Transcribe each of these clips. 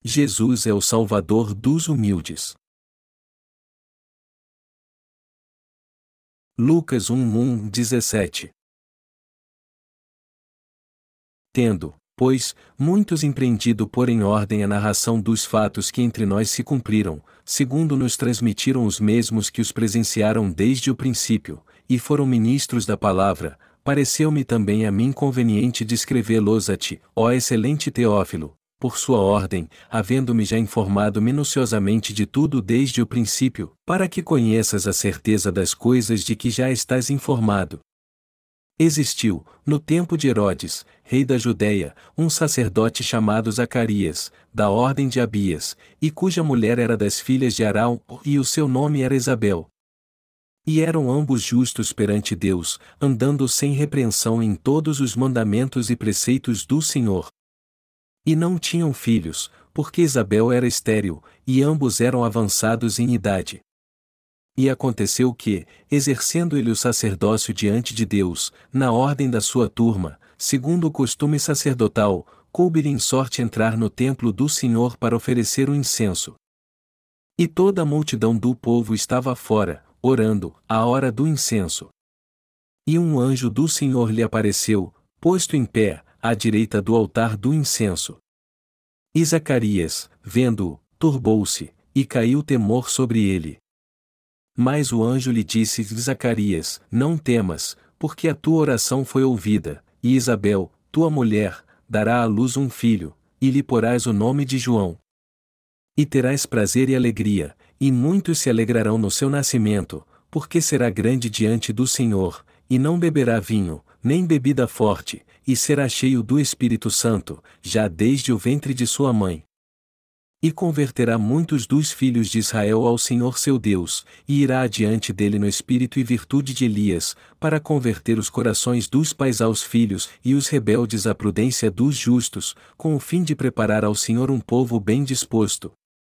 Jesus é o Salvador dos humildes. Lucas 1:17. Tendo, pois, muitos empreendido pôr em ordem a narração dos fatos que entre nós se cumpriram, segundo nos transmitiram os mesmos que os presenciaram desde o princípio, e foram ministros da palavra, pareceu-me também a mim conveniente descrevê-los a ti, ó excelente Teófilo, por sua ordem, havendo-me já informado minuciosamente de tudo desde o princípio, para que conheças a certeza das coisas de que já estás informado. Existiu, no tempo de Herodes, rei da Judéia, um sacerdote chamado Zacarias, da ordem de Abias, e cuja mulher era das filhas de Arão, e o seu nome era Isabel. E eram ambos justos perante Deus, andando sem repreensão em todos os mandamentos e preceitos do Senhor. E não tinham filhos, porque Isabel era estéril, e ambos eram avançados em idade. E aconteceu que, exercendo ele o sacerdócio diante de Deus, na ordem da sua turma, segundo o costume sacerdotal, coube-lhe em sorte entrar no templo do Senhor para oferecer o incenso. E toda a multidão do povo estava fora, orando, à hora do incenso. E um anjo do Senhor lhe apareceu, posto em pé, à direita do altar do incenso. E Zacarias, vendo-o, turbou-se, e caiu temor sobre ele. Mas o anjo lhe disse: Zacarias, não temas, porque a tua oração foi ouvida, e Isabel, tua mulher, dará à luz um filho, e lhe porás o nome de João. E terás prazer e alegria, e muitos se alegrarão no seu nascimento, porque será grande diante do Senhor, e não beberá vinho, nem bebida forte, e será cheio do Espírito Santo, já desde o ventre de sua mãe. E converterá muitos dos filhos de Israel ao Senhor seu Deus, e irá adiante dele no espírito e virtude de Elias, para converter os corações dos pais aos filhos, e os rebeldes à prudência dos justos, com o fim de preparar ao Senhor um povo bem disposto.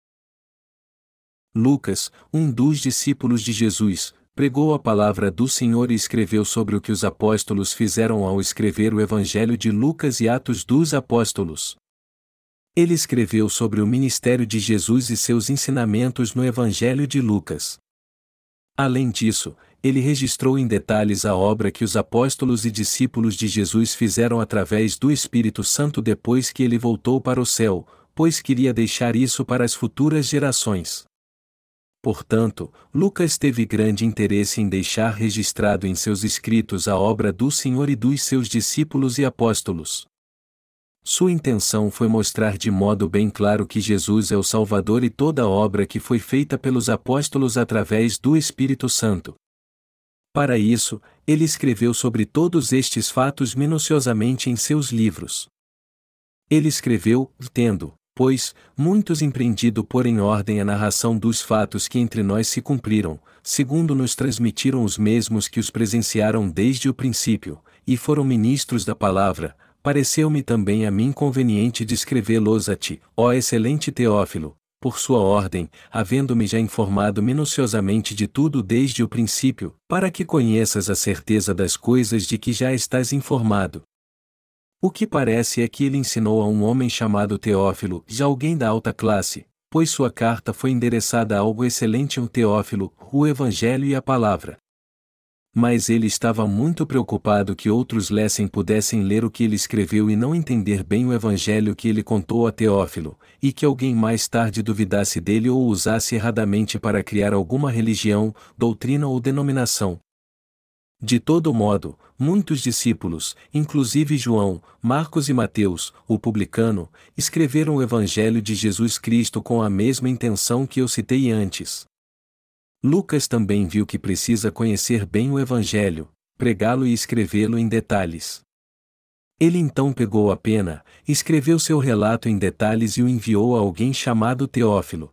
Lucas, um dos discípulos de Jesus, pregou a palavra do Senhor e escreveu sobre o que os apóstolos fizeram ao escrever o Evangelho de Lucas e Atos dos Apóstolos. Ele escreveu sobre o ministério de Jesus e seus ensinamentos no Evangelho de Lucas. Além disso, ele registrou em detalhes a obra que os apóstolos e discípulos de Jesus fizeram através do Espírito Santo depois que ele voltou para o céu, pois queria deixar isso para as futuras gerações. Portanto, Lucas teve grande interesse em deixar registrado em seus escritos a obra do Senhor e dos seus discípulos e apóstolos. Sua intenção foi mostrar de modo bem claro que Jesus é o Salvador e toda a obra que foi feita pelos apóstolos através do Espírito Santo. Para isso, ele escreveu sobre todos estes fatos minuciosamente em seus livros. Ele escreveu, tendo, pois, muitos empreendido pôr em ordem a narração dos fatos que entre nós se cumpriram, segundo nos transmitiram os mesmos que os presenciaram desde o princípio, e foram ministros da palavra, pareceu-me também a mim conveniente descrevê-los a ti, ó excelente Teófilo, por sua ordem, havendo-me já informado minuciosamente de tudo desde o princípio, para que conheças a certeza das coisas de que já estás informado. O que parece é que ele ensinou a um homem chamado Teófilo, já alguém da alta classe, pois sua carta foi endereçada a algo excelente ao Teófilo, o Evangelho e a Palavra. Mas ele estava muito preocupado que outros lessem pudessem ler o que ele escreveu e não entender bem o Evangelho que ele contou a Teófilo, e que alguém mais tarde duvidasse dele ou o usasse erradamente para criar alguma religião, doutrina ou denominação. De todo modo, muitos discípulos, inclusive João, Marcos e Mateus, o publicano, escreveram o Evangelho de Jesus Cristo com a mesma intenção que eu citei antes. Lucas também viu que precisa conhecer bem o Evangelho, pregá-lo e escrevê-lo em detalhes. Ele então pegou a pena, escreveu seu relato em detalhes e o enviou a alguém chamado Teófilo.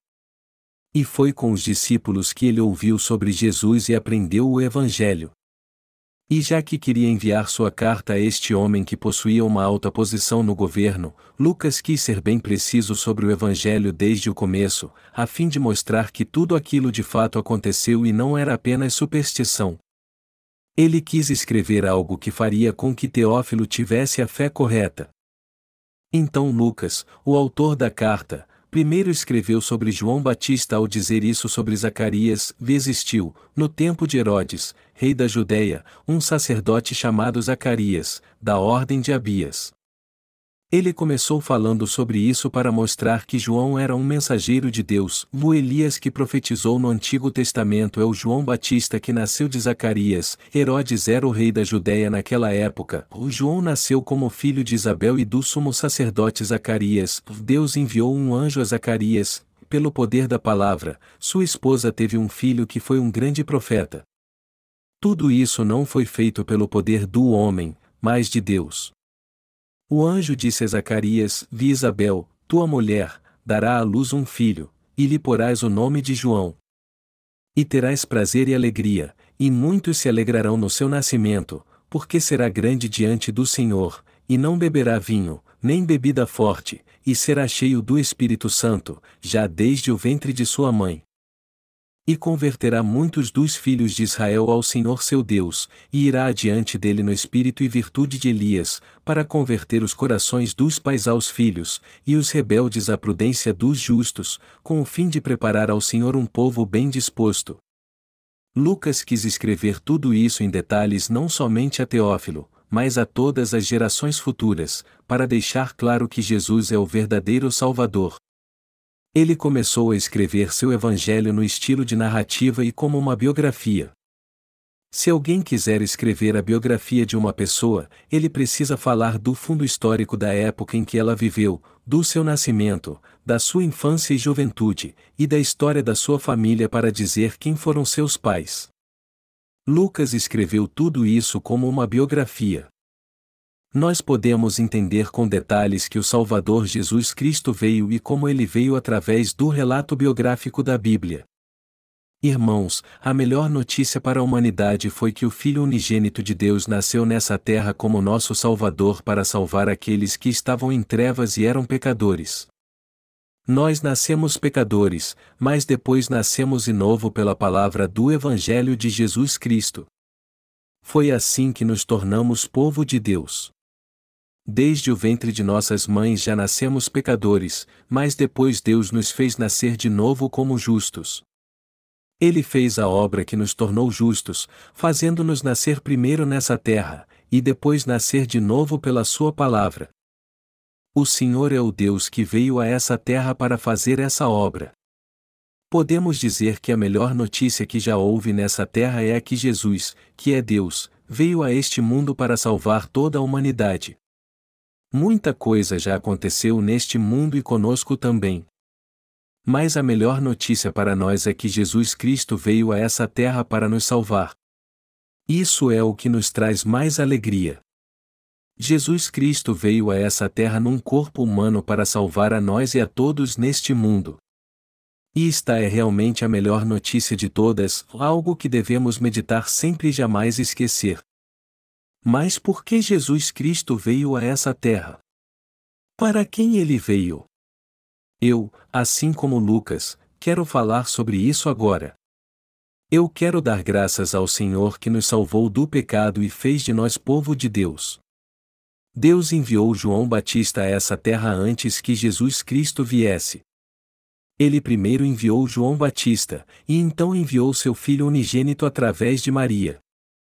E foi com os discípulos que ele ouviu sobre Jesus e aprendeu o Evangelho. E já que queria enviar sua carta a este homem que possuía uma alta posição no governo, Lucas quis ser bem preciso sobre o Evangelho desde o começo, a fim de mostrar que tudo aquilo de fato aconteceu e não era apenas superstição. Ele quis escrever algo que faria com que Teófilo tivesse a fé correta. Então Lucas, o autor da carta, Primeiro escreveu sobre João Batista ao dizer isso sobre Zacarias: existiu, no tempo de Herodes, rei da Judéia, um sacerdote chamado Zacarias, da ordem de Abias. Ele começou falando sobre isso para mostrar que João era um mensageiro de Deus. O Elias que profetizou no Antigo Testamento é o João Batista que nasceu de Zacarias. Herodes era o rei da Judéia naquela época. O João nasceu como filho de Isabel e do sumo sacerdote Zacarias. Deus enviou um anjo a Zacarias. Pelo poder da palavra, sua esposa teve um filho que foi um grande profeta. Tudo isso não foi feito pelo poder do homem, mas de Deus. O anjo disse a Zacarias: Vi Isabel, tua mulher, dará à luz um filho, e lhe porás o nome de João. E terás prazer e alegria, e muitos se alegrarão no seu nascimento, porque será grande diante do Senhor, e não beberá vinho, nem bebida forte, e será cheio do Espírito Santo, já desde o ventre de sua mãe. E converterá muitos dos filhos de Israel ao Senhor seu Deus, e irá adiante dele no espírito e virtude de Elias, para converter os corações dos pais aos filhos, e os rebeldes à prudência dos justos, com o fim de preparar ao Senhor um povo bem disposto. Lucas quis escrever tudo isso em detalhes não somente a Teófilo, mas a todas as gerações futuras, para deixar claro que Jesus é o verdadeiro Salvador. Ele começou a escrever seu evangelho no estilo de narrativa e como uma biografia. Se alguém quiser escrever a biografia de uma pessoa, ele precisa falar do fundo histórico da época em que ela viveu, do seu nascimento, da sua infância e juventude, e da história da sua família para dizer quem foram seus pais. Lucas escreveu tudo isso como uma biografia. Nós podemos entender com detalhes que o Salvador Jesus Cristo veio e como ele veio através do relato biográfico da Bíblia. Irmãos, a melhor notícia para a humanidade foi que o Filho unigênito de Deus nasceu nessa terra como nosso Salvador para salvar aqueles que estavam em trevas e eram pecadores. Nós nascemos pecadores, mas depois nascemos de novo pela palavra do Evangelho de Jesus Cristo. Foi assim que nos tornamos povo de Deus. Desde o ventre de nossas mães já nascemos pecadores, mas depois Deus nos fez nascer de novo como justos. Ele fez a obra que nos tornou justos, fazendo-nos nascer primeiro nessa terra, e depois nascer de novo pela sua palavra. O Senhor é o Deus que veio a essa terra para fazer essa obra. Podemos dizer que a melhor notícia que já houve nessa terra é a que Jesus, que é Deus, veio a este mundo para salvar toda a humanidade. Muita coisa já aconteceu neste mundo e conosco também. Mas a melhor notícia para nós é que Jesus Cristo veio a essa terra para nos salvar. Isso é o que nos traz mais alegria. Jesus Cristo veio a essa terra num corpo humano para salvar a nós e a todos neste mundo. E esta é realmente a melhor notícia de todas, algo que devemos meditar sempre e jamais esquecer. Mas por que Jesus Cristo veio a essa terra? Para quem ele veio? Eu, assim como Lucas, quero falar sobre isso agora. Eu quero dar graças ao Senhor que nos salvou do pecado e fez de nós povo de Deus. Deus enviou João Batista a essa terra antes que Jesus Cristo viesse. Ele primeiro enviou João Batista, e então enviou seu Filho unigênito através de Maria.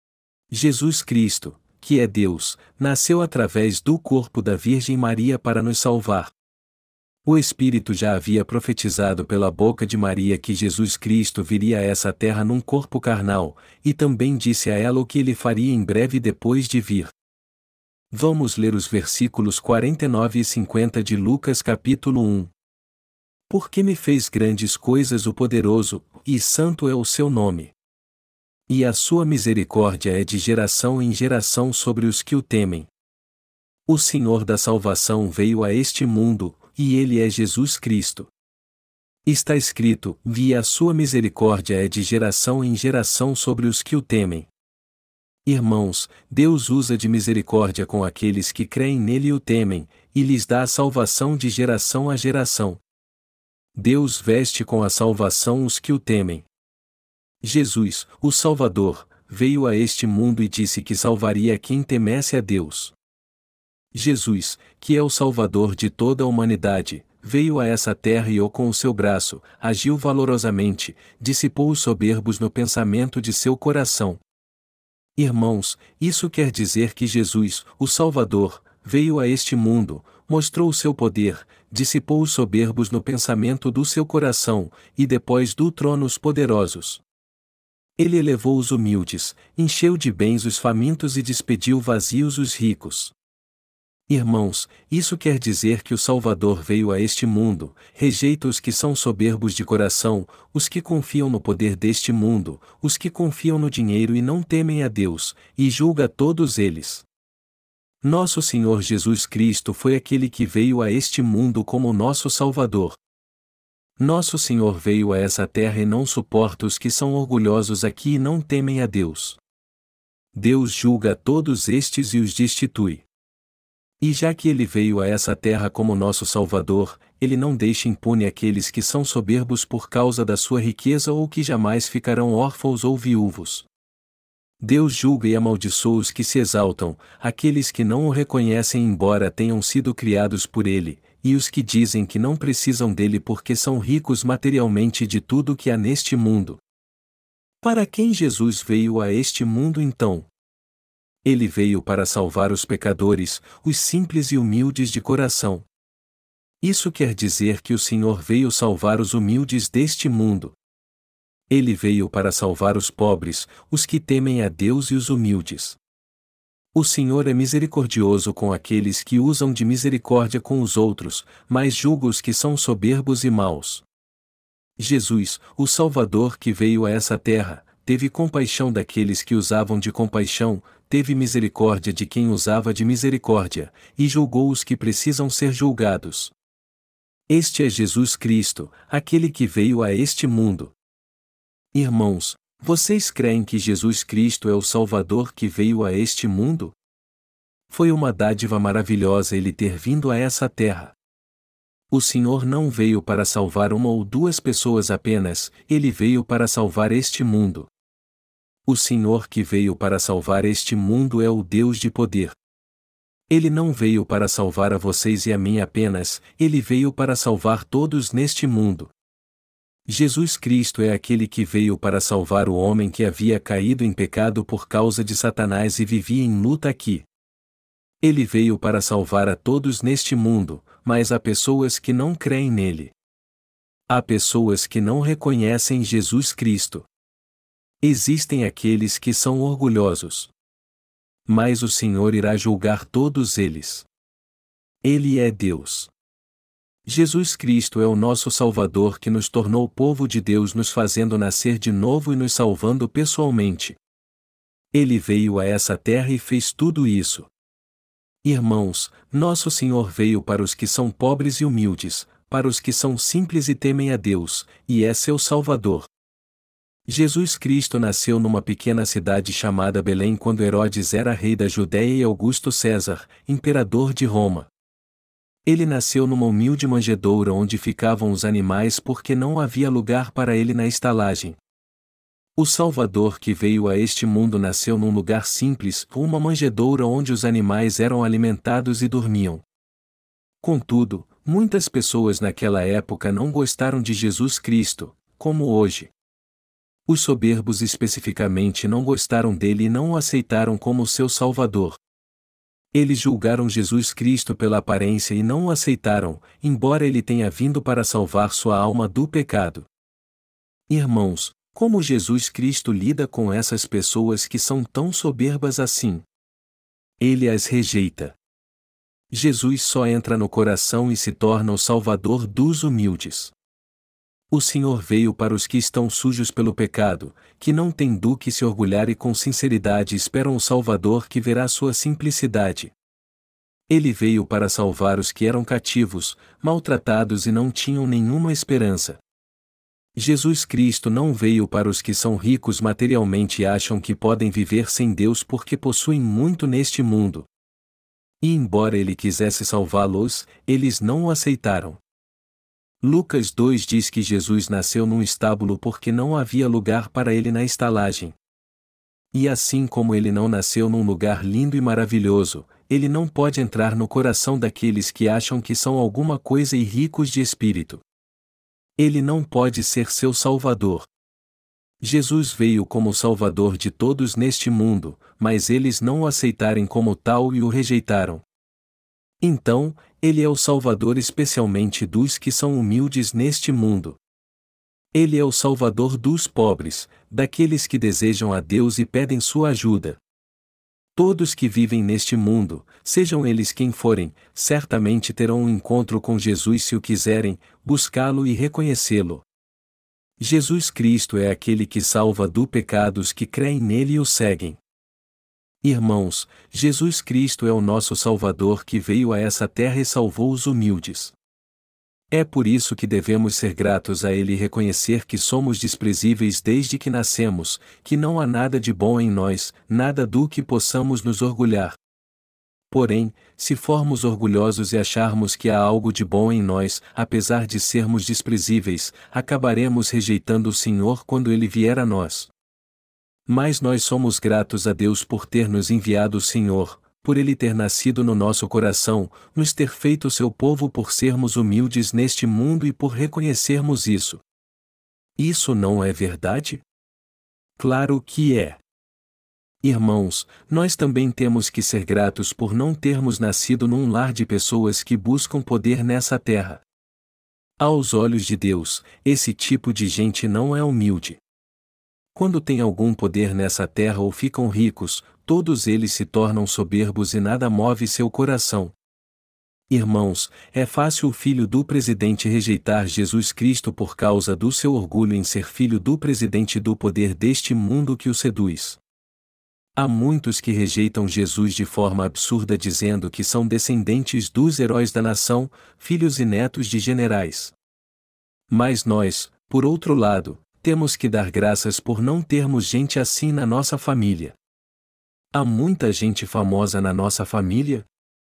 Jesus Cristo, que é Deus, nasceu através do corpo da Virgem Maria para nos salvar. O Espírito já havia profetizado pela boca de Maria que Jesus Cristo viria a essa terra num corpo carnal, e também disse a ela o que ele faria em breve depois de vir. Vamos ler os versículos 49 e 50 de Lucas capítulo 1. Porque me fez grandes coisas o poderoso, e santo é o seu nome. E a sua misericórdia é de geração em geração sobre os que o temem. O Senhor da salvação veio a este mundo, e ele é Jesus Cristo. Está escrito: e a sua misericórdia é de geração em geração sobre os que o temem. Irmãos, Deus usa de misericórdia com aqueles que creem nele e o temem, e lhes dá a salvação de geração a geração. Deus veste com a salvação os que o temem. Jesus, o Salvador, veio a este mundo e disse que salvaria quem temesse a Deus. Jesus, que é o Salvador de toda a humanidade, veio a essa terra e com o seu braço, agiu valorosamente, dissipou os soberbos no pensamento de seu coração. Irmãos, isso quer dizer que Jesus, o Salvador, veio a este mundo, mostrou o seu poder, dissipou os soberbos no pensamento do seu coração, e depois do trono os poderosos. Ele elevou os humildes, encheu de bens os famintos e despediu vazios os ricos. Irmãos, isso quer dizer que o Salvador veio a este mundo, rejeita os que são soberbos de coração, os que confiam no poder deste mundo, os que confiam no dinheiro e não temem a Deus, e julga todos eles. Nosso Senhor Jesus Cristo foi aquele que veio a este mundo como nosso Salvador. Nosso Senhor veio a essa terra e não suporta os que são orgulhosos aqui e não temem a Deus. Deus julga todos estes e os destitui. E já que ele veio a essa terra como nosso Salvador, ele não deixa impune aqueles que são soberbos por causa da sua riqueza ou que jamais ficarão órfãos ou viúvos. Deus julga e amaldiçoa os que se exaltam, aqueles que não o reconhecem embora tenham sido criados por ele, e os que dizem que não precisam dele porque são ricos materialmente de tudo que há neste mundo. Para quem Jesus veio a este mundo então? Ele veio para salvar os pecadores, os simples e humildes de coração. Isso quer dizer que o Senhor veio salvar os humildes deste mundo. Ele veio para salvar os pobres, os que temem a Deus e os humildes. O Senhor é misericordioso com aqueles que usam de misericórdia com os outros, mas julga os que são soberbos e maus. Jesus, o Salvador que veio a essa terra, teve compaixão daqueles que usavam de compaixão, teve misericórdia de quem usava de misericórdia, e julgou os que precisam ser julgados. Este é Jesus Cristo, aquele que veio a este mundo. Irmãos, vocês creem que Jesus Cristo é o Salvador que veio a este mundo? Foi uma dádiva maravilhosa ele ter vindo a essa terra. O Senhor não veio para salvar uma ou duas pessoas apenas, ele veio para salvar este mundo. O Senhor que veio para salvar este mundo é o Deus de poder. Ele não veio para salvar a vocês e a mim apenas, ele veio para salvar todos neste mundo. Jesus Cristo é aquele que veio para salvar o homem que havia caído em pecado por causa de Satanás e vivia em luta aqui. Ele veio para salvar a todos neste mundo, mas há pessoas que não creem nele. Há pessoas que não reconhecem Jesus Cristo. Existem aqueles que são orgulhosos. Mas o Senhor irá julgar todos eles. Ele é Deus. Jesus Cristo é o nosso Salvador que nos tornou povo de Deus, nos fazendo nascer de novo e nos salvando pessoalmente. Ele veio a essa terra e fez tudo isso. Irmãos, nosso Senhor veio para os que são pobres e humildes, para os que são simples e temem a Deus, e é seu Salvador. Jesus Cristo nasceu numa pequena cidade chamada Belém quando Herodes era rei da Judéia e Augusto César, imperador de Roma. Ele nasceu numa humilde manjedoura onde ficavam os animais porque não havia lugar para ele na estalagem. O Salvador que veio a este mundo nasceu num lugar simples, uma manjedoura onde os animais eram alimentados e dormiam. Contudo, muitas pessoas naquela época não gostaram de Jesus Cristo, como hoje. Os soberbos especificamente não gostaram dele e não o aceitaram como seu Salvador. Eles julgaram Jesus Cristo pela aparência e não o aceitaram, embora ele tenha vindo para salvar sua alma do pecado. Irmãos, como Jesus Cristo lida com essas pessoas que são tão soberbas assim? Ele as rejeita. Jesus só entra no coração e se torna o Salvador dos humildes. O Senhor veio para os que estão sujos pelo pecado, que não têm do que se orgulhar e com sinceridade esperam o Salvador que verá sua simplicidade. Ele veio para salvar os que eram cativos, maltratados e não tinham nenhuma esperança. Jesus Cristo não veio para os que são ricos materialmente e acham que podem viver sem Deus porque possuem muito neste mundo. E embora ele quisesse salvá-los, eles não o aceitaram. Lucas 2 diz que Jesus nasceu num estábulo porque não havia lugar para ele na estalagem. E assim como ele não nasceu num lugar lindo e maravilhoso, ele não pode entrar no coração daqueles que acham que são alguma coisa e ricos de espírito. Ele não pode ser seu Salvador. Jesus veio como Salvador de todos neste mundo, mas eles não o aceitarem como tal e o rejeitaram. Então, ele é o Salvador especialmente dos que são humildes neste mundo. Ele é o Salvador dos pobres, daqueles que desejam a Deus e pedem sua ajuda. Todos que vivem neste mundo, sejam eles quem forem, certamente terão um encontro com Jesus se o quiserem, buscá-lo e reconhecê-lo. Jesus Cristo é aquele que salva do pecado os que creem nele e o seguem. Irmãos, Jesus Cristo é o nosso Salvador que veio a essa terra e salvou os humildes. É por isso que devemos ser gratos a Ele e reconhecer que somos desprezíveis desde que nascemos, que não há nada de bom em nós, nada do que possamos nos orgulhar. Porém, se formos orgulhosos e acharmos que há algo de bom em nós, apesar de sermos desprezíveis, acabaremos rejeitando o Senhor quando Ele vier a nós. Mas nós somos gratos a Deus por ter nos enviado o Senhor, por Ele ter nascido no nosso coração, nos ter feito seu povo por sermos humildes neste mundo e por reconhecermos isso. Isso não é verdade? Claro que é. Irmãos, nós também temos que ser gratos por não termos nascido num lar de pessoas que buscam poder nessa terra. Aos olhos de Deus, esse tipo de gente não é humilde. Quando tem algum poder nessa terra ou ficam ricos, todos eles se tornam soberbos e nada move seu coração. Irmãos, é fácil o filho do presidente rejeitar Jesus Cristo por causa do seu orgulho em ser filho do presidente do poder deste mundo que o seduz. Há muitos que rejeitam Jesus de forma absurda dizendo que são descendentes dos heróis da nação, filhos e netos de generais. Mas nós, por outro lado, temos que dar graças por não termos gente assim na nossa família. Há muita gente famosa na nossa família?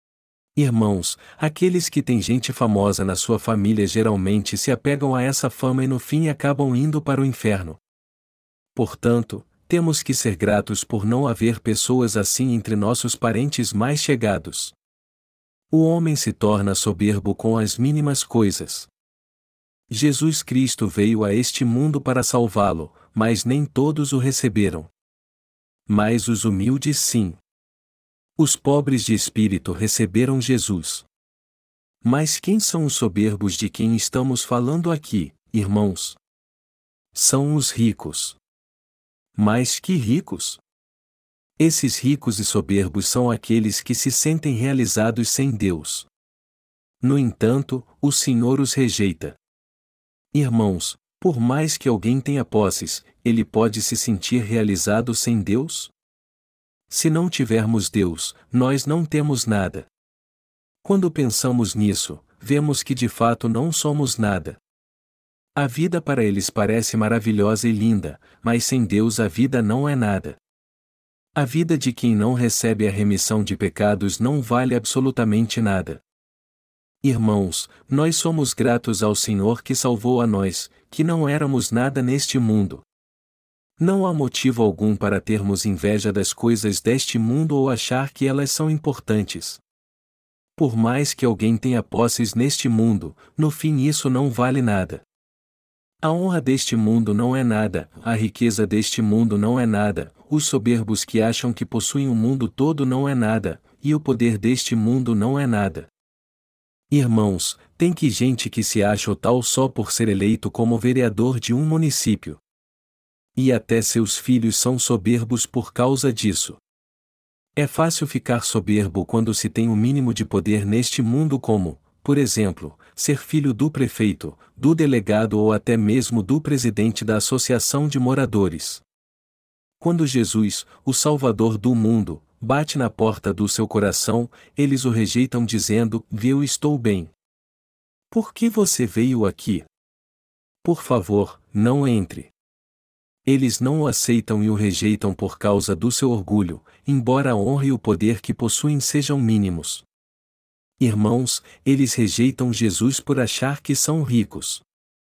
Irmãos, aqueles que têm gente famosa na sua família geralmente se apegam a essa fama e no fim acabam indo para o inferno. Portanto, temos que ser gratos por não haver pessoas assim entre nossos parentes mais chegados. O homem se torna soberbo com as mínimas coisas. Jesus Cristo veio a este mundo para salvá-lo, mas nem todos o receberam. Mas os humildes sim. Os pobres de espírito receberam Jesus. Mas quem são os soberbos de quem estamos falando aqui, irmãos? São os ricos. Mas que ricos? Esses ricos e soberbos são aqueles que se sentem realizados sem Deus. No entanto, o Senhor os rejeita. Irmãos, por mais que alguém tenha posses, ele pode se sentir realizado sem Deus? Se não tivermos Deus, nós não temos nada. Quando pensamos nisso, vemos que de fato não somos nada. A vida para eles parece maravilhosa e linda, mas sem Deus a vida não é nada. A vida de quem não recebe a remissão de pecados não vale absolutamente nada. Irmãos, nós somos gratos ao Senhor que salvou a nós, que não éramos nada neste mundo. Não há motivo algum para termos inveja das coisas deste mundo ou achar que elas são importantes. Por mais que alguém tenha posses neste mundo, no fim isso não vale nada. A honra deste mundo não é nada, a riqueza deste mundo não é nada, os soberbos que acham que possuem o mundo todo não é nada, e o poder deste mundo não é nada. Irmãos, tem que gente que se acha o tal só por ser eleito como vereador de um município. E até seus filhos são soberbos por causa disso. É fácil ficar soberbo quando se tem o mínimo de poder neste mundo como, por exemplo, ser filho do prefeito, do delegado ou até mesmo do presidente da associação de moradores. Quando Jesus, o Salvador do mundo, bate na porta do seu coração, eles o rejeitam dizendo: "Eu estou bem. Por que você veio aqui? Por favor, não entre." Eles não o aceitam e o rejeitam por causa do seu orgulho, embora a honra e o poder que possuem sejam mínimos. Irmãos, eles rejeitam Jesus por achar que são ricos.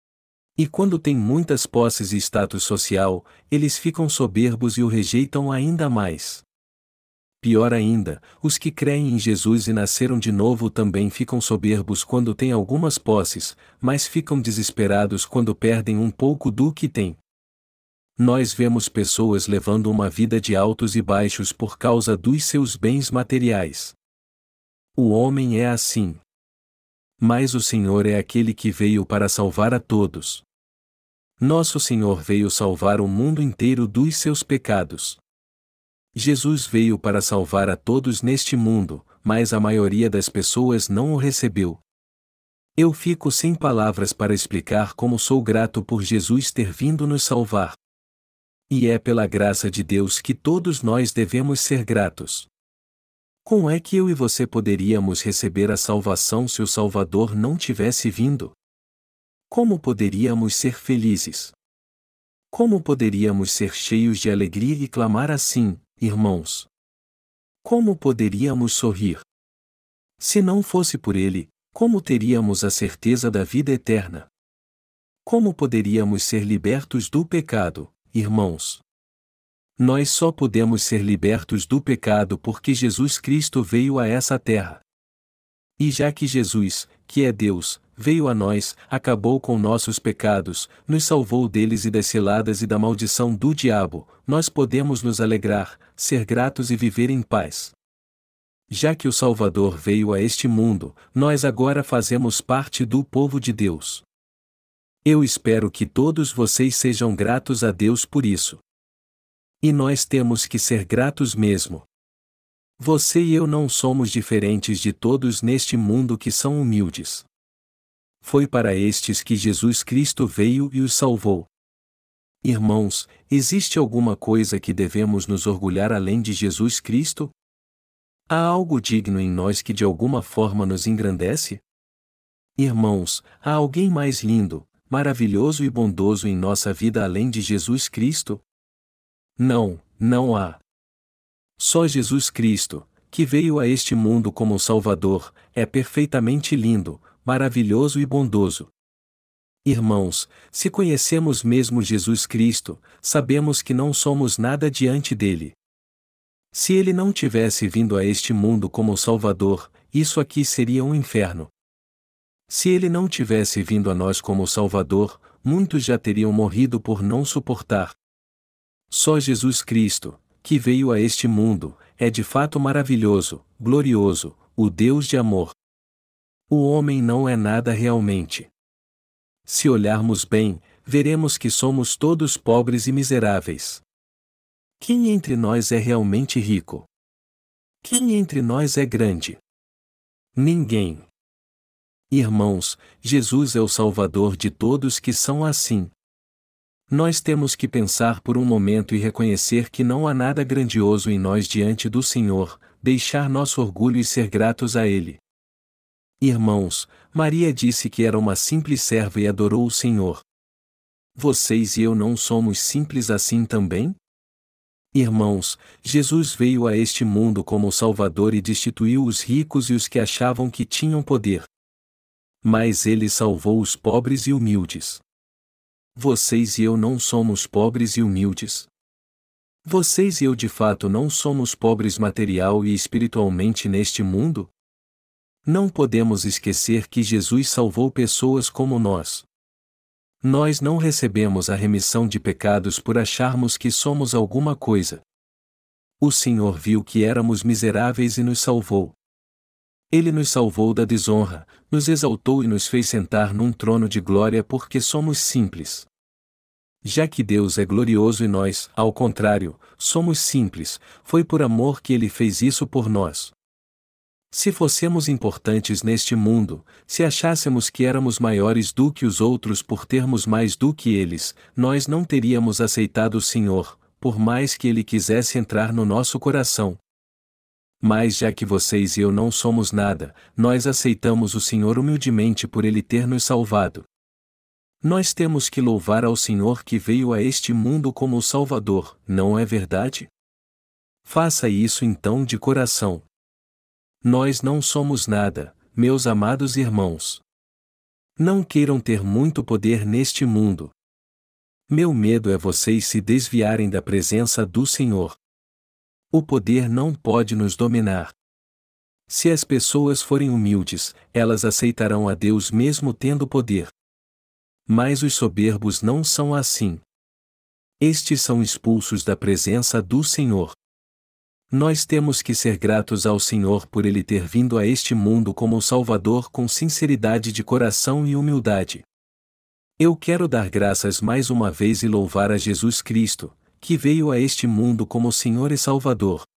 E quando têm muitas posses e status social, eles ficam soberbos e o rejeitam ainda mais. Pior ainda, os que creem em Jesus e nasceram de novo também ficam soberbos quando têm algumas posses, mas ficam desesperados quando perdem um pouco do que têm. Nós vemos pessoas levando uma vida de altos e baixos por causa dos seus bens materiais. O homem é assim. Mas o Senhor é aquele que veio para salvar a todos. Nosso Senhor veio salvar o mundo inteiro dos seus pecados. Jesus veio para salvar a todos neste mundo, mas a maioria das pessoas não o recebeu. Eu fico sem palavras para explicar como sou grato por Jesus ter vindo nos salvar. E é pela graça de Deus que todos nós devemos ser gratos. Como é que eu e você poderíamos receber a salvação se o Salvador não tivesse vindo? Como poderíamos ser felizes? Como poderíamos ser cheios de alegria e clamar assim, irmãos? Como poderíamos sorrir? Se não fosse por ele, como teríamos a certeza da vida eterna? Como poderíamos ser libertos do pecado, irmãos? Nós só podemos ser libertos do pecado porque Jesus Cristo veio a essa terra. E já que Jesus, que é Deus, veio a nós, acabou com nossos pecados, nos salvou deles e das ciladas e da maldição do diabo, nós podemos nos alegrar, ser gratos e viver em paz. Já que o Salvador veio a este mundo, nós agora fazemos parte do povo de Deus. Eu espero que todos vocês sejam gratos a Deus por isso. E nós temos que ser gratos mesmo. Você e eu não somos diferentes de todos neste mundo que são humildes. Foi para estes que Jesus Cristo veio e os salvou. Irmãos, existe alguma coisa que devemos nos orgulhar além de Jesus Cristo? Há algo digno em nós que de alguma forma nos engrandece? Irmãos, há alguém mais lindo, maravilhoso e bondoso em nossa vida além de Jesus Cristo? Não, não há. Só Jesus Cristo, que veio a este mundo como Salvador, é perfeitamente lindo, maravilhoso e bondoso. Irmãos, se conhecemos mesmo Jesus Cristo, sabemos que não somos nada diante dele. Se ele não tivesse vindo a este mundo como Salvador, isso aqui seria um inferno. Se ele não tivesse vindo a nós como Salvador, muitos já teriam morrido por não suportar. Só Jesus Cristo, que veio a este mundo, é de fato maravilhoso, glorioso, o Deus de amor. O homem não é nada realmente. Se olharmos bem, veremos que somos todos pobres e miseráveis. Quem entre nós é realmente rico? Quem entre nós é grande? Ninguém. Irmãos, Jesus é o Salvador de todos que são assim. Nós temos que pensar por um momento e reconhecer que não há nada grandioso em nós diante do Senhor, deixar nosso orgulho e ser gratos a Ele. Irmãos, Maria disse que era uma simples serva e adorou o Senhor. Vocês e eu não somos simples assim também? Irmãos, Jesus veio a este mundo como Salvador e destituiu os ricos e os que achavam que tinham poder. Mas Ele salvou os pobres e humildes. Vocês e eu não somos pobres e humildes? Vocês e eu de fato não somos pobres material e espiritualmente neste mundo? Não podemos esquecer que Jesus salvou pessoas como nós. Nós não recebemos a remissão de pecados por acharmos que somos alguma coisa. O Senhor viu que éramos miseráveis e nos salvou. Ele nos salvou da desonra, nos exaltou e nos fez sentar num trono de glória porque somos simples. Já que Deus é glorioso e nós, ao contrário, somos simples, foi por amor que Ele fez isso por nós. Se fossemos importantes neste mundo, se achássemos que éramos maiores do que os outros por termos mais do que eles, nós não teríamos aceitado o Senhor, por mais que Ele quisesse entrar no nosso coração. Mas já que vocês e eu não somos nada, nós aceitamos o Senhor humildemente por Ele ter nos salvado. Nós temos que louvar ao Senhor que veio a este mundo como o Salvador, não é verdade? Faça isso então de coração. Nós não somos nada, meus amados irmãos. Não queiram ter muito poder neste mundo. Meu medo é vocês se desviarem da presença do Senhor. O poder não pode nos dominar. Se as pessoas forem humildes, elas aceitarão a Deus mesmo tendo poder. Mas os soberbos não são assim. Estes são expulsos da presença do Senhor. Nós temos que ser gratos ao Senhor por Ele ter vindo a este mundo como Salvador com sinceridade de coração e humildade. Eu quero dar graças mais uma vez e louvar a Jesus Cristo, que veio a este mundo como Senhor e Salvador.